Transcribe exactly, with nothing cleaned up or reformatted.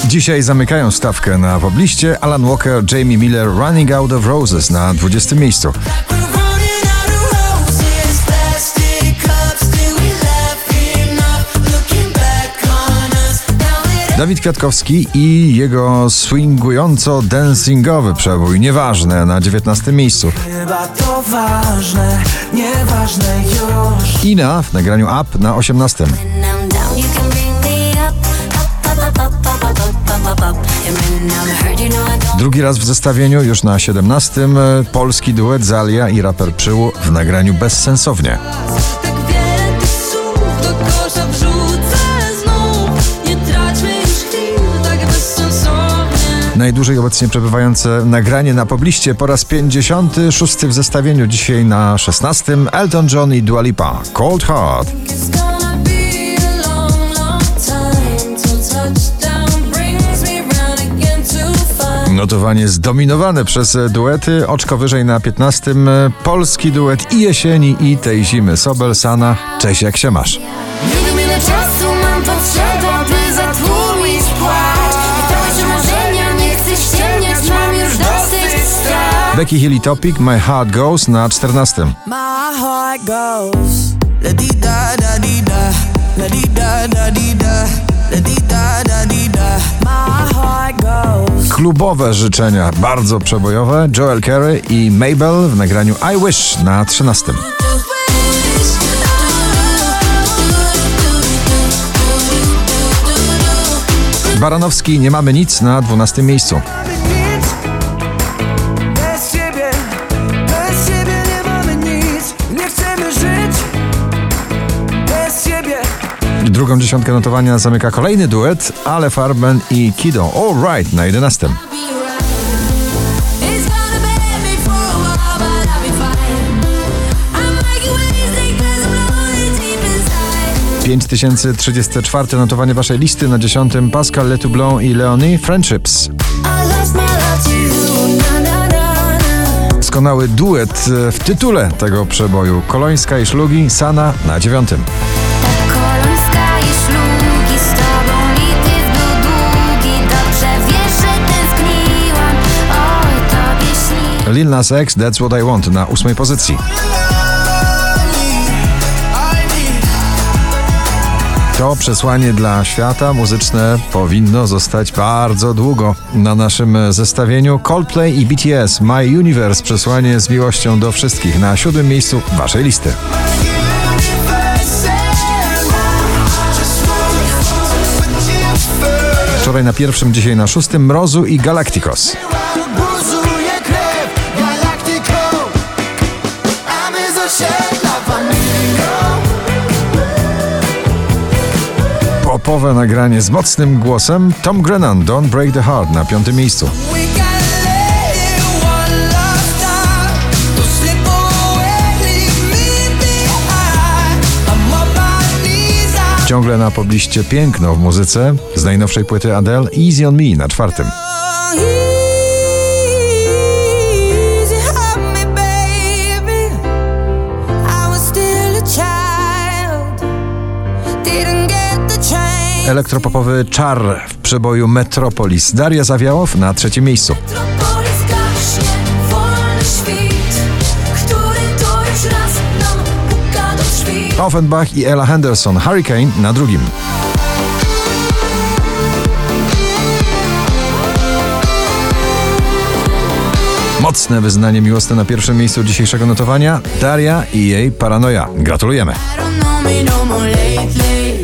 Dzisiaj zamykają stawkę na pobliście Alan Walker, Jamie Miller, Running Out of Roses na dwudziestym miejscu. Dawid Kwiatkowski i jego swingująco dancingowy przebój Nieważne na dziewiętnastym miejscu. Chyba to ważne, nieważne już. Ina w nagraniu Up na osiemnastym. Drugi raz w zestawieniu, już na siedemnastym, polski duet Zalia i raper Przyłu w nagraniu Bezsensownie. Najdłużej obecnie przebywające nagranie na pobliście po raz pięćdziesiąty szósty w zestawieniu, dzisiaj na szesnastym Elton John i Dua Lipa, Cold Heart. Notowanie zdominowane przez duety, oczko wyżej na piętnastym polski duet i jesieni i tej zimy Sobel, Sana. Cześć, jak się masz? Nie wiem, ile czasu mam potrzeba, by zatłumić płacz. Wypełnić marzenia, nie chcę ściemniać, mam już dosyć strach. Becky Hill i Topic, My Heart Goes na czternastym. My heart goes la-di-da, da-di-da, la-di-da, da-di-da, la-di-da, da-di-da. My heart goes. Klubowe życzenia, bardzo przebojowe. Joel Corry i Mabel w nagraniu I Wish na trzynastym. Baranowski, Nie mamy nic na dwunastym miejscu. Bez ciebie, bez ciebie nie mamy nic. Nie chcemy żyć bez ciebie. Drugą dziesiątkę notowania zamyka kolejny duet, Ale Farben i Kido, All Right na jedenastym. pięć tysięcy trzydzieste czwarte notowanie waszej listy, na dziesiątym Pascal Letoublon i Leonie, Friendships. Doskonały duet w tytule tego przeboju, Kolońska i Szlugi, Sana na dziewiątym. Kolońska i szlugi, z tobą lityw był długi. Dobrze wiesz, że tęskniłam, oj, tobie śni. Lil Nas X, That's What I Want na ósmej pozycji. To przesłanie dla świata muzyczne powinno zostać bardzo długo na naszym zestawieniu. Coldplay i B T S, My Universe, przesłanie z miłością do wszystkich na siódmym miejscu waszej listy. Wczoraj na pierwszym, dzisiaj na szóstym Mrozu i Galacticos. Popowe nagranie z mocnym głosem Tom Grennan, Don't Break the Heart na piątym miejscu. Ciągle na pobliście piękno w muzyce z najnowszej płyty Adele, Easy on Me na czwartym. Elektropopowy Czar w przeboju Metropolis, Daria Zawiałow na trzecim miejscu. Offenbach i Ella Henderson, Hurricane na drugim. Mocne wyznanie miłosne na pierwszym miejscu dzisiejszego notowania, Daria i jej Paranoja. Gratulujemy.